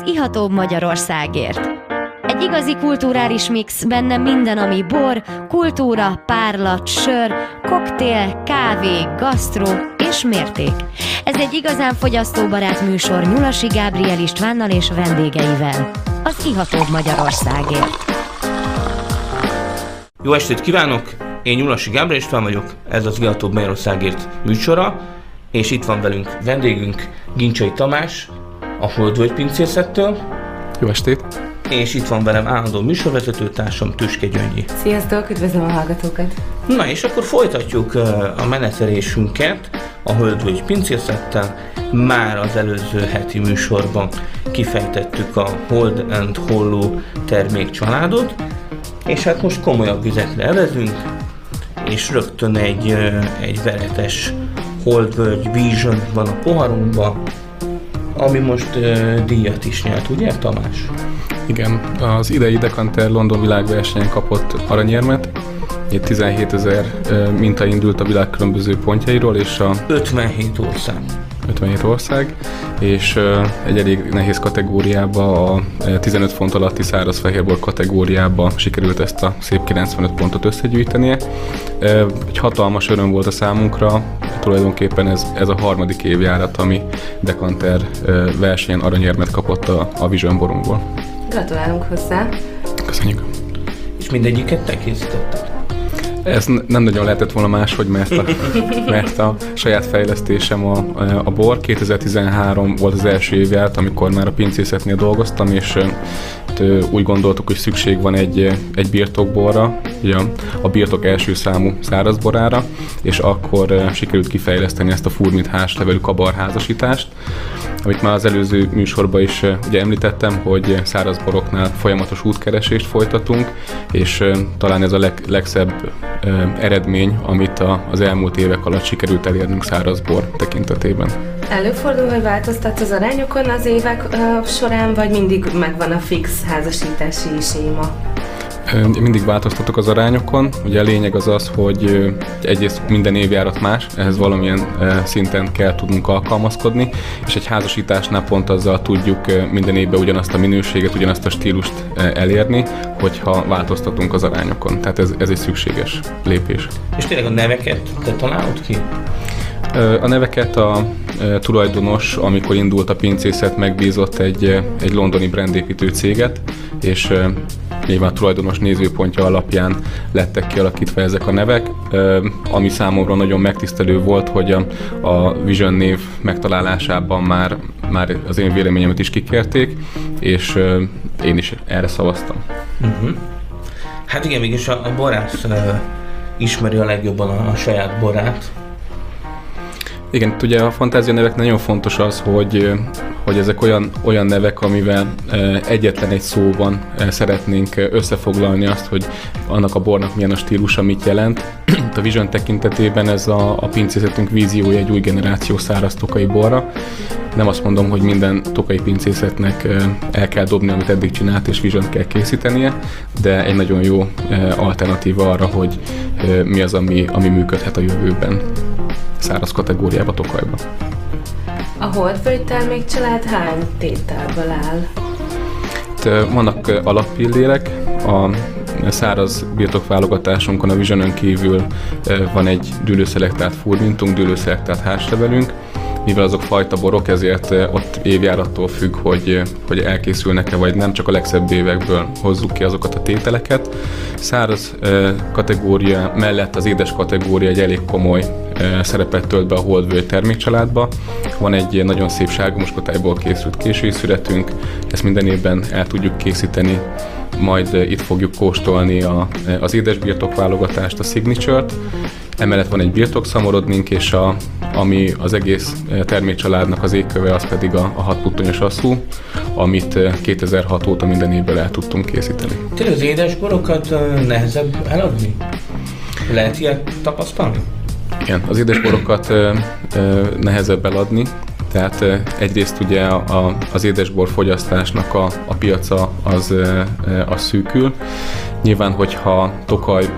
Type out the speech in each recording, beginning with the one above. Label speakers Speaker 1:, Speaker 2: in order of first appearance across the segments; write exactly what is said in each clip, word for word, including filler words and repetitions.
Speaker 1: ihatóbb Magyarországért. Egy igazi kulturális mix, benne minden, ami bor, kultúra, párlat, sör, koktél, kávé, gasztró és mérték. Ez egy igazán fogyasztóbarát műsor Nyulasi Gábriel Istvánnal és vendégeivel. Az ihatóbb Magyarországért.
Speaker 2: Jó estét kívánok! Én Nyulasi Gábriel István vagyok, ez az ihatóbb Magyarországért műsora, és itt van velünk vendégünk Gincsai Tamás, a Holdvölgy pincészettől.
Speaker 3: Jó estét!
Speaker 2: És itt van velem állandó műsorvezetőtársam, Tüske Gyöngyi.
Speaker 4: Sziasztok, üdvözlöm a hallgatókat!
Speaker 2: Na és akkor folytatjuk a menetelésünket a Holdvölgy pincészettel. Már az előző heti műsorban kifejtettük a Hold and Holló termékcsaládot, és hát most komolyabb vizekre evezünk, és rögtön egy, egy veretes Holdvölgy Vision van a poharunkban, ami most uh, díjat is nyert, ugye Tamás?
Speaker 3: Igen, az idei Decanter London világversenyen kapott aranyérmet. Itt tizenhétezer uh, minta indult a világ különböző pontjairól, és a
Speaker 2: ötvenhét ország.
Speaker 3: ötvenhét ország, és uh, egy elég nehéz kategóriába, a tizenöt font alatti száraz fehérbor kategóriába sikerült ezt a szép kilencvenöt pontot összegyűjtenie. Uh, egy hatalmas öröm volt a számunkra, tulajdonképpen ez, ez a harmadik évjárat, ami Decanter uh, versenyen aranyérmet kapott a, a Vision borunkból.
Speaker 4: Gratulálunk hozzá!
Speaker 3: Köszönjük!
Speaker 2: És mindegyiket te készítetted?
Speaker 3: Ez nem nagyon lehetett volna máshogy, mert a, mert a saját fejlesztésem a, a bor. kétezer-tizenhárom volt az első évjárat, amikor már a pincészetnél dolgoztam, és úgy gondoltuk, hogy szükség van egy, egy birtokborra, ugye a birtok első számú szárazborára, és akkor sikerült kifejleszteni ezt a furmint házlevelű kabarházasítást, amit már az előző műsorban is ugye említettem, hogy szárazboroknál folyamatos útkeresést folytatunk, és talán ez a leg, legszebb eredmény, amit a, az elmúlt évek alatt sikerült elérnünk szárazbor tekintetében.
Speaker 4: Előfordul, hogy változtatsz az arányokon az évek uh, során, vagy mindig megvan a fix házasítási séma?
Speaker 3: Mindig változtatok az arányokon. Ugye a lényeg az az, hogy egyrészt minden évjárat más, ehhez valamilyen szinten kell tudnunk alkalmazkodni, és egy házasításnál pont azzal tudjuk minden évben ugyanazt a minőséget, ugyanazt a stílust elérni, hogyha változtatunk az arányokon. Tehát ez, ez egy szükséges lépés.
Speaker 2: És tényleg a neveket te találod ki?
Speaker 3: A neveket a tulajdonos, amikor indult a pincészet, megbízott egy, egy londoni brandépítő céget, és nyilván a tulajdonos nézőpontja alapján lettek kialakítva ezek a nevek, ami számomra nagyon megtisztelő volt, hogy a, a Vision név megtalálásában már, már az én véleményemet is kikérték, és én is erre szavaztam.
Speaker 2: Uh-huh. Hát igen, mégis a, a borász uh, ismeri a legjobban a, a saját borát.
Speaker 3: Igen, ugye a fantázia nevek nagyon fontos az, hogy, hogy ezek olyan, olyan nevek, amivel egyetlen egy szóban szeretnénk összefoglalni azt, hogy annak a bornak milyen a stílusa, mit jelent. A Vision tekintetében ez a, a pincészetünk víziója egy új generáció száraz tokai borra. Nem azt mondom, hogy minden tokai pincészetnek el kell dobni, amit eddig csinált, és Vision kell készítenie, de egy nagyon jó alternatíva arra, hogy mi az, ami, ami működhet a jövőben száraz kategóriába, Tokajba.
Speaker 4: A Holdvölgy termékcsalád hány tételből áll?
Speaker 3: Itt vannak alappillérek, a száraz birtokválogatásunkon a Visionon kívül van egy dűlőszelektált furmintunk, dűlőszelektált házlevelünk. Mivel azok fajta borok, ezért ott évjárattól függ, hogy, hogy elkészülnek-e vagy nem, csak a legszebb évekből hozzuk ki azokat a tételeket. Száraz kategória mellett az édes kategória egy elég komoly szerepet tölt be a Holdvölgy termékcsaládba. Van egy nagyon szép sárgamoskotályból készült késői szüretünk, ezt minden évben el tudjuk készíteni, majd itt fogjuk kóstolni a, az édes birtokválogatást, a Signature-t. Emellett van egy birtokszamorodnink, és a, ami az egész termékcsaládnak az égköve, az pedig a, a hat puttonyos asszú, amit kétezer-hat óta minden évben el tudtunk készíteni.
Speaker 2: Tényleg az édesborokat nehezebb eladni? Lehet ilyet tapasztalni?
Speaker 3: Igen, az édesborokat ö, ö, nehezebb eladni, tehát egyrészt ugye a, az édesbor fogyasztásnak a, a piaca az, az szűkül. Nyilván, hogyha Tokaj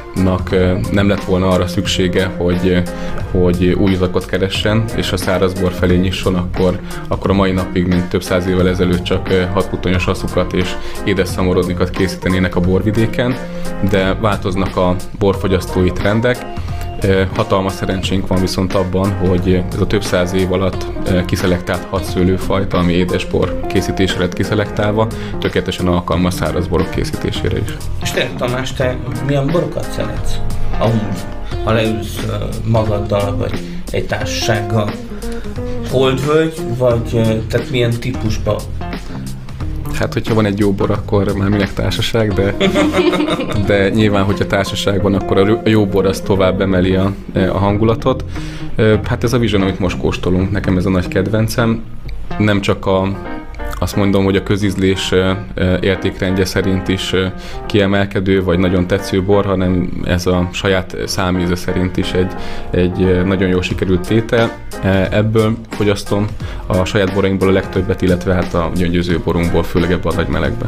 Speaker 3: nem lett volna arra szüksége, hogy, hogy új utakot keressen, és a szárazbor felé nyisson, akkor, akkor a mai napig, mint több száz évvel ezelőtt csak hatputtonyos asszukat és édes szamorodnikat készítenének a borvidéken, de változnak a borfogyasztói trendek. Hatalmas szerencsénk van viszont abban, hogy ez a több száz év alatt kiszelektált hat szőlőfajta, ami édesbor készítésre lett kiszelektálva, tökéletesen alkalmas szárazborok készítésére is.
Speaker 2: És te, Tamás, te milyen borokat szeretsz? Amúgy, ha leülsz magaddal, vagy egy társasággal, holdvölgy, vagy tehát milyen típusban?
Speaker 3: Hát, hogyha van egy jó bor, akkor már minek társaság, de, de nyilván, hogyha társaság van, akkor a jó bor az tovább emeli a, a hangulatot. Hát ez a Vision, amit most kóstolunk, nekem ez a nagy kedvencem. Nem csak a, azt mondom, hogy a közízlés értékrendje szerint is kiemelkedő, vagy nagyon tetsző bor, hanem ez a saját számíze szerint is egy, egy nagyon jól sikerült tétel. Ebből fogyasztom a saját borainkból a legtöbbet, illetve hát a gyöngyöző borunkból, főleg ebben a nagy melegbe.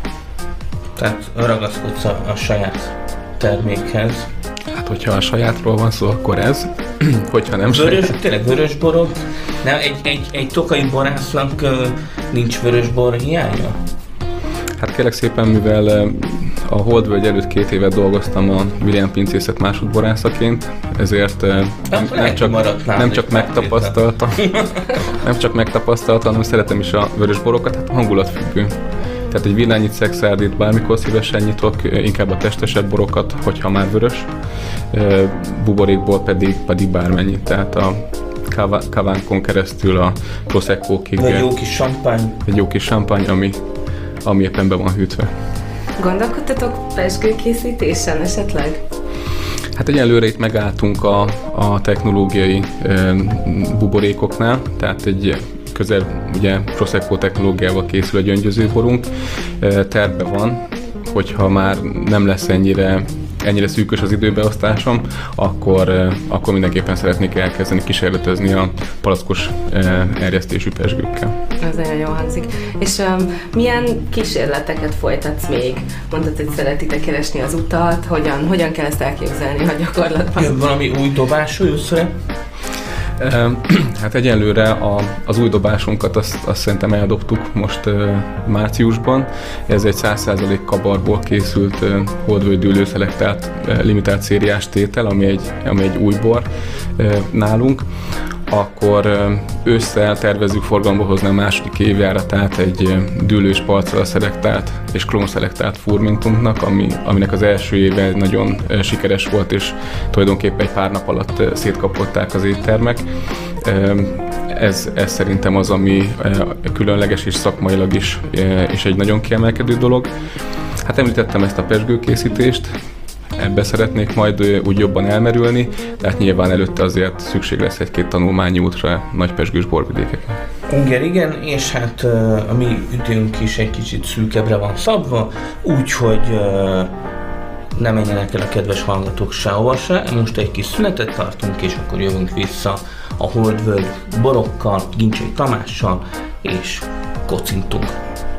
Speaker 2: Tehát ragaszkodsz a, a saját termékhez.
Speaker 3: Hát, hogyha a sajátról van szó, akkor ez. Hogyha nem
Speaker 2: vörös,
Speaker 3: saját.
Speaker 2: Tényleg vörös borok? Nem, egy, egy, egy tokai borásznak uh, nincs vörös bor hiánya?
Speaker 3: Hát kérlek szépen, mivel a Holdvölgy előtt két évet dolgoztam a William pincészet másodborászaként, ezért nem, nem csak, nem csak megtapasztaltam, nem csak megtapasztaltam, hanem szeretem is a vörös borokat, hát hangulatfüggő. Tehát egy villányit, szexárdit bármikor szívesen nyitok, inkább a testesebb borokat, hogyha már vörös, buborékból pedig, pedig bármennyit, tehát a kavánkon keresztül a prosecco-kig.
Speaker 2: Egy jó kis champagne.
Speaker 3: Egy jó kis champagne, ami, ami éppen be van hűtve.
Speaker 4: Gondolkodtatok pezsgőkészítésen esetleg?
Speaker 3: Hát egyelőre itt megálltunk a, a technológiai e, buborékoknál, tehát egy közel ugye Prosecco technológiával készül a gyöngyözőborunk. E, tervben van, hogyha már nem lesz ennyire ennyire szűkös az időbeosztásom, akkor, akkor mindenképpen szeretnék elkezdeni kísérletezni a palackos erjesztésű pezsgőkkel.
Speaker 4: Ez nagyon jól hangzik. És um, milyen kísérleteket folytatsz még? Mondtad, hogy szeretitek keresni az utat, hogyan, hogyan kell ezt elképzelni a gyakorlatban?
Speaker 2: Jön valami új dobású jösszre?
Speaker 3: Hát egyelőre a, az új dobásunkat azt, azt szerintem eldobtuk most uh, márciusban. Ez egy száz százalék kabarból készült uh, Holdvölgy dűlőszelektált uh, limitált szériás tétel, ami egy, ami egy új bor uh, nálunk. Akkor uh, ősszel tervezzük forgalomba hozni a második évjáratát egy uh, dűlős palccal szelektált és klónszelektált furmintunknak, ami, aminek az első éve nagyon uh, sikeres volt, és tulajdonképpen egy pár nap alatt uh, szétkapották az éttermek. Uh, ez, ez szerintem az, ami uh, különleges és szakmailag is, uh, és egy nagyon kiemelkedő dolog. Hát említettem ezt a pezsgőkészítést, ebbe szeretnék majd úgy jobban elmerülni, de hát nyilván előtte azért szükség lesz egy-két tanulmányi útra nagy pezsgős borvidékeken.
Speaker 2: Igen, igen, és hát a mi időnk is egy kicsit szűkebbre van szabva, úgyhogy ne menjenek el a kedves hallgatók sehova se. Most egy kis szünetet tartunk, és akkor jövünk vissza a Holdvölgy borokkal, Gincsei Tamással, és kocintunk.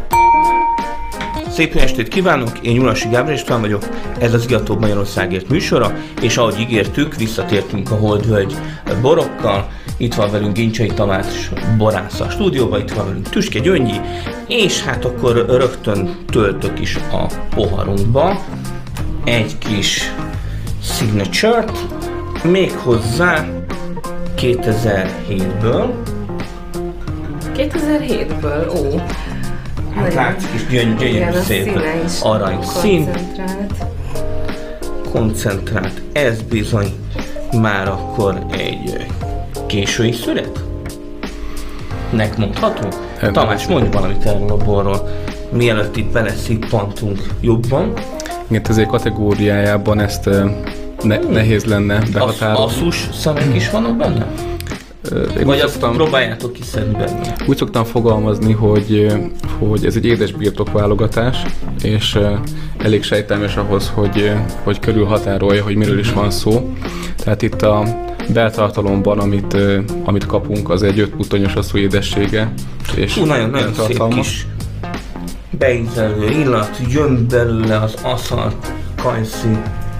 Speaker 2: Szép estét kívánok, én Nyulasi Gábor István vagyok, ez az Igatóbb Magyarországért műsora, és ahogy ígértük, visszatértünk a Holdvölgy borokkal. Itt van velünk Gincsei Tamás borász a stúdióban, itt van velünk Tüske Gyöngyi, és hát akkor rögtön töltök is a poharunkba egy kis signature-t, méghozzá kétezer-hétből.
Speaker 4: kétezer-hétből? Ó.
Speaker 2: Hát látszik is gyönyörű szép arany szín. Koncentrált. Koncentrált. Ez bizony már akkor egy késői szület? Nek mondható? Hát, Tamás, mondj valamit erről a borról, mielőtt itt beleszippantunk jobban.
Speaker 3: Igen, ezért kategóriájában ezt ne, hmm. nehéz lenne behatározni.
Speaker 2: Asszus szemek is vannak benne? Én Vagy azt szoktam, próbáljátok kiszedni benne?
Speaker 3: Úgy szoktam fogalmazni, hogy, hogy ez egy édes birtokválogatás, és elég sejtelmes ahhoz, hogy, hogy körülhatárolja, hogy miről is van szó. Tehát itt a beltartalomban, amit, amit kapunk, az egy öt puttonyos asszú édessége. És
Speaker 2: Hú, nagyon, nagyon szép kis beízelő illat, jön belőle az aszalt, kajszi,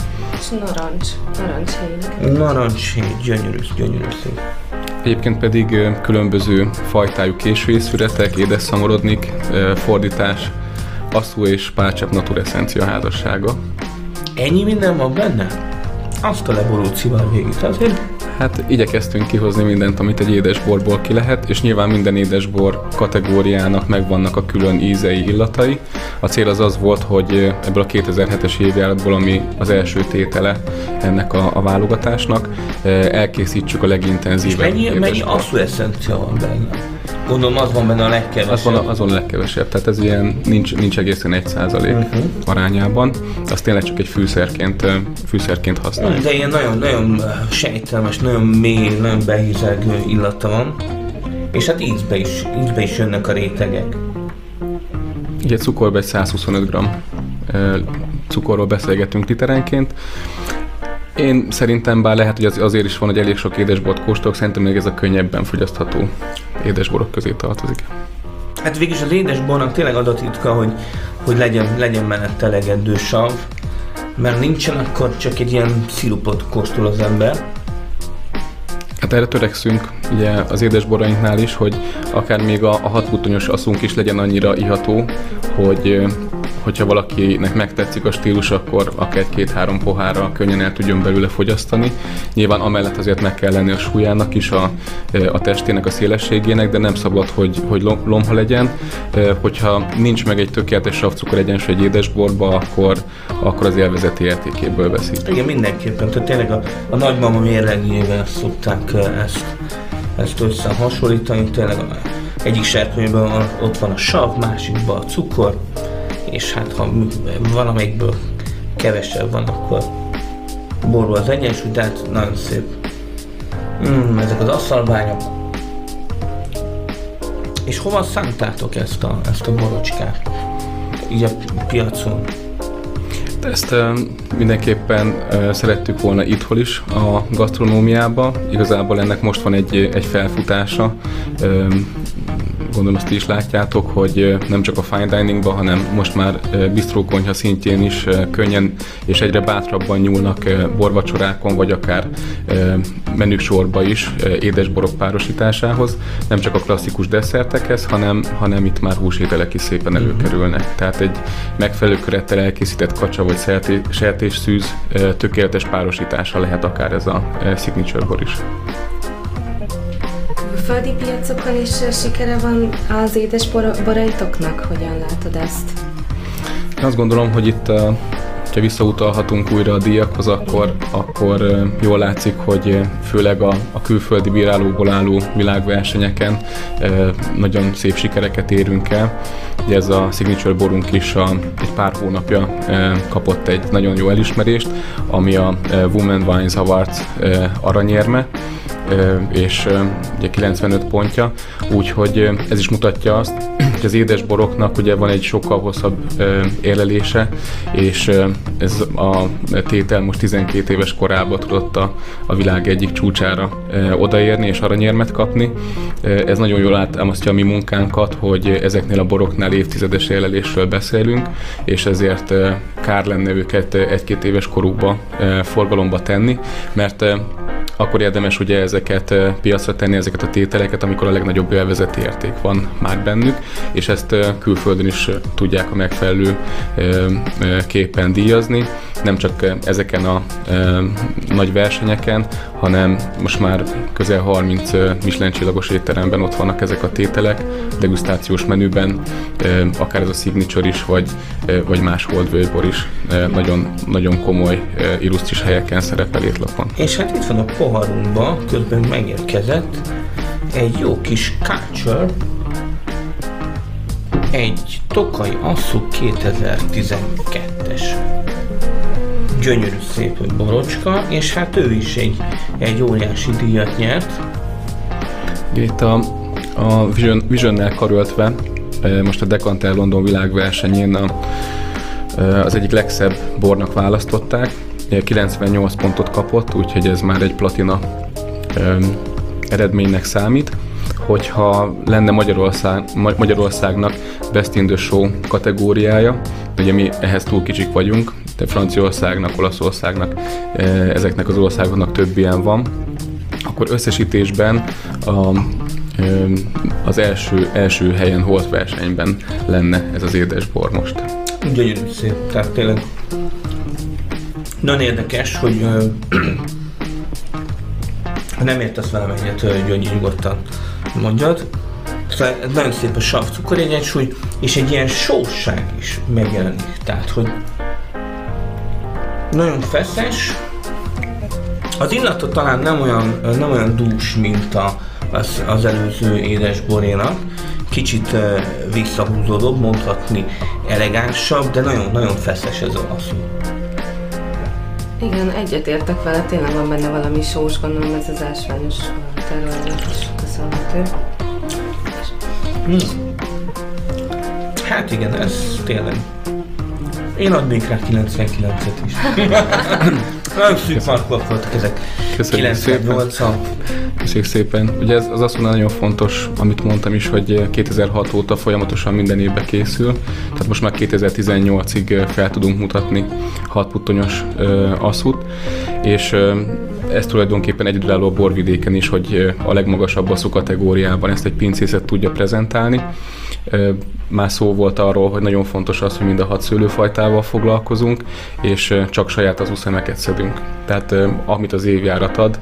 Speaker 4: És narancs. Narancshéj.
Speaker 2: Narancshéj, gyönyörű, gyönyörű szép.
Speaker 3: Egyébként pedig különböző fajtájú későészületek, édesszamorodnik, fordítás, asszú és pálcsepp natureszencia házassága.
Speaker 2: Ennyi minden van benne? Azt a leborult szivár végig, azért?
Speaker 3: Hát igyekeztünk kihozni mindent, amit egy édesborból ki lehet, és nyilván minden édesbor kategóriának megvannak a külön ízei, illatai. A cél az az volt, hogy ebből a kétezer-hetes évjáratból, ami az első tétele ennek a, a válogatásnak, elkészítsük a legintenzívebb.
Speaker 2: És mennyi, mennyi asszú eszencia van benne? Gondolom az van benne a legkevesebb.
Speaker 3: Az van azon a legkevesebb, tehát ez ilyen nincs, nincs egészen egy százalék uh-huh. arányában. Az tényleg csak egy fűszerként, fűszerként használjuk.
Speaker 2: De ilyen nagyon, nagyon sejtelmes, nagyon mély, nagyon behízelgő illata van. És hát ízbe is, ízbe is jönnek a rétegek.
Speaker 3: Ugye cukorba egy száz huszonöt gramm cukorról beszélgetünk literenként. Én szerintem, bár lehet, hogy az azért is van, hogy elég sok édesbort kóstolok, szerintem még ez a könnyebben fogyasztható édesborok közé tartozik.
Speaker 2: Hát végülis az édesbornak tényleg az a titka, hogy, hogy legyen, legyen mellette elegendő sav, mert nincsen, akkor csak egy ilyen szirupot kóstol az ember.
Speaker 3: Hát erre törekszünk ugye az édesborainknál is, hogy akár még a, a hatbutonyos asszunk is legyen annyira iható, hogy hogyha valakinek megtetszik a stílus, akkor akár egy-két-három pohárra könnyen el tudjon belőle fogyasztani. Nyilván amellett azért meg kell lenni a súlyának is, a, a testének, a szélességének, de nem szabad, hogy, hogy lomha legyen. Hogyha nincs meg egy tökéletes savcukor egyensúly egy édesborba, akkor, akkor az élvezeti értékéből veszít.
Speaker 2: Igen, mindenképpen. Tehát tényleg a, a nagymama mérlegével szokták ezt, ezt összehasonlítani. Tényleg egyik serpenyőben ott van a sav, másikban a cukor, és hát ha valamelyikből kevesebb van, akkor borul az egyensúly, de hát nagyon szép. Mm, ezek az asszalványok. És hova szántátok ezt a, ezt a borocskát? Így a piacon?
Speaker 3: Ezt uh, mindenképpen uh, szerettük volna itthon is a gasztronómiába. Igazából ennek most van egy, egy felfutása. Uh, Gondolom azt is látjátok, hogy nem csak a fine diningban, hanem most már bistrókonyha szintjén is könnyen és egyre bátrabban nyúlnak borvacsorákon, vagy akár menüsorba is édesborok párosításához. Nem csak a klasszikus desszertekhez, hanem, hanem itt már húsételek is szépen előkerülnek. Tehát egy megfelelő körettel elkészített kacsa vagy sertésszűz tökéletes párosítása lehet akár ez a signature bor is.
Speaker 4: Földi piacokon is sikere van az édesboraitoknak? Hogyan látod ezt?
Speaker 3: Én azt gondolom, hogy itt, ha visszautalhatunk újra a díjakhoz, akkor, akkor jól látszik, hogy főleg a, a külföldi bírálókból álló világversenyeken nagyon szép sikereket érünk el. Ugye ez a signature borunk is a, egy pár hónapja kapott egy nagyon jó elismerést, ami a Women Wines Awards aranyérme, és ugye kilencvenöt pontja, úgyhogy ez is mutatja azt, hogy az édesboroknak ugye van egy sokkal hosszabb érlelése, és ez a tétel most tizenkét éves korában tudott a, a világ egyik csúcsára odaérni és aranyérmet kapni. Ez nagyon jól átámasztja a mi munkánkat, hogy ezeknél a boroknál évtizedes érlelésről beszélünk, és ezért kár lenne őket egy-két éves korukba forgalomba tenni, mert akkor érdemes ugye ezeket piacra tenni, ezeket a tételeket, amikor a legnagyobb élvezeti érték van már bennük, és ezt külföldön is tudják a megfelelő képen díjazni, nem csak ezeken a nagy versenyeken, hanem most már közel harminc Michelin csillagos étteremben ott vannak ezek a tételek, degustációs menüben, akár ez a signature is, vagy, vagy más holdvölgybor is nagyon, nagyon komoly, illusztris helyeken szerepel étlapon.
Speaker 2: És hát itt van a poharunkba, közben megérkezett egy jó kis culture, egy Tokai Asszú kétezer-tizenkettes. Gyönyörű szép borocska, és hát ő is egy, egy óriási díjat nyert.
Speaker 3: Itt a, a Vision, Visionnel karöltve, most a Decanter London világversenyén a, az egyik legszebb bornak választották. kilencvennyolc pontot kapott, úgyhogy ez már egy platina eredménynek számít. Hogyha lenne Magyarország, Magyarországnak Best in the Show kategóriája, ugye mi ehhez túl kicsik vagyunk, de Franciaországnak, Olaszországnak, ezeknek az országoknak több ilyen van, akkor összesítésben a, az első, első helyen holt versenyben lenne ez az édesbor most.
Speaker 2: Gyönyörű szép, tehát tényleg nagyon érdekes, hogy ha nem értesz velem egyet, Gyöngyi, nyugodtan mondjad. Szóval nagyon szép a sav-cukor egyensúly, és egy ilyen sósság is megjelenik. Tehát, hogy nagyon feszes, az illata talán nem olyan, nem olyan dús, mint a, az, az előző édesborénak. Kicsit uh, visszahúzódóbb, mondhatni elegánsabb, de nagyon-nagyon feszes ez a lasszú.
Speaker 4: Igen, egyetértek vele, tényleg van benne valami sós, gondolom ez az ásványos területnek is köszönhető.
Speaker 2: Hmm. Hát igen, ez tényleg. Én adnék rá kilencvenkilencet is. Nagyon szűk markok voltak ezek. kilencvennyolc.
Speaker 3: Köszönjük szépen. Ugye ez az azt mondja, nagyon fontos, amit mondtam is, hogy kétezer-hat óta folyamatosan minden évben készül. Tehát most már kétezer-tizennyolcig fel tudunk mutatni hat puttonyos asszút, és ez tulajdonképpen egyedülálló a borvidéken is, hogy a legmagasabb asszú kategóriában ezt egy pincészet tudja prezentálni. Már szó volt arról, hogy nagyon fontos az, hogy mind a hat szőlőfajtával foglalkozunk, és csak saját az uszemeket szedünk. Tehát amit az évjárat ad,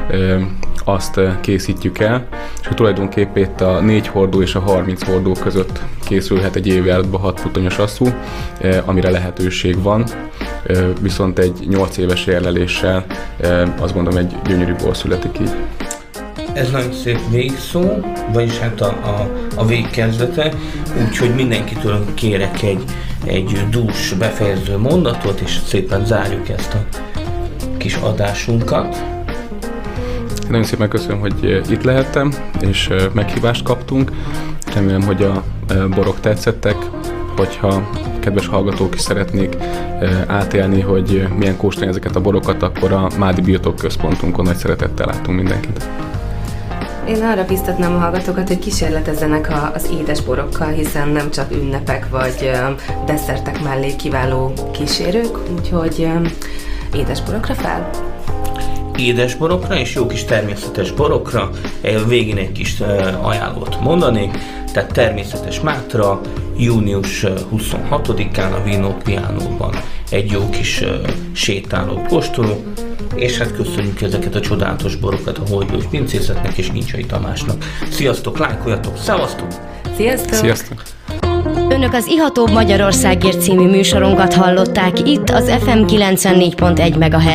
Speaker 3: azt készítjük el, és tulajdonképpen itt a négy hordó és a harminc hordó között készülhet egy évjáratban hat puttonyos asszú, amire lehetőség van, viszont egy nyolc éves érleléssel azt gondolom egy gyönyörű bor születik így.
Speaker 2: Ez nagyon szép végszó, vagyis hát a, a, a végkezdete, úgyhogy mindenkitől kérek egy, egy dús befejező mondatot, és szépen zárjuk ezt a kis adásunkat.
Speaker 3: Nagyon szépen köszönöm, hogy itt lehettem, és meghívást kaptunk. Remélem, hogy a borok tetszettek, hogyha kedves hallgatók is szeretnék átélni, hogy milyen kóstolni ezeket a borokat, akkor a Mádi Birtok Központunkon nagy szeretettel látunk mindenkit.
Speaker 4: Én arra biztatnám a hallgatókat, hogy kísérletezzenek az édesborokkal, hiszen nem csak ünnepek vagy desszertek mellé kiváló kísérők, úgyhogy édesborokra fel!
Speaker 2: Édesborokra és jó kis természetes borokra, végén egy kis ajánlót mondanék, tehát természetes Mátra, június huszonhatodikán a Vino Pianoban egy jó kis sétáló kóstoló, és hát köszönjük ezeket a csodálatos borokat a Holdvölgy Pincészetnek és Nincsai Tamásnak. Sziasztok, lájkoljatok, szevasztok!
Speaker 4: Sziasztok!
Speaker 3: Sziasztok!
Speaker 1: Önök az Ihatóbb Magyarországért című műsorunkat hallották itt az ef em kilencvennégy pont egy megahertz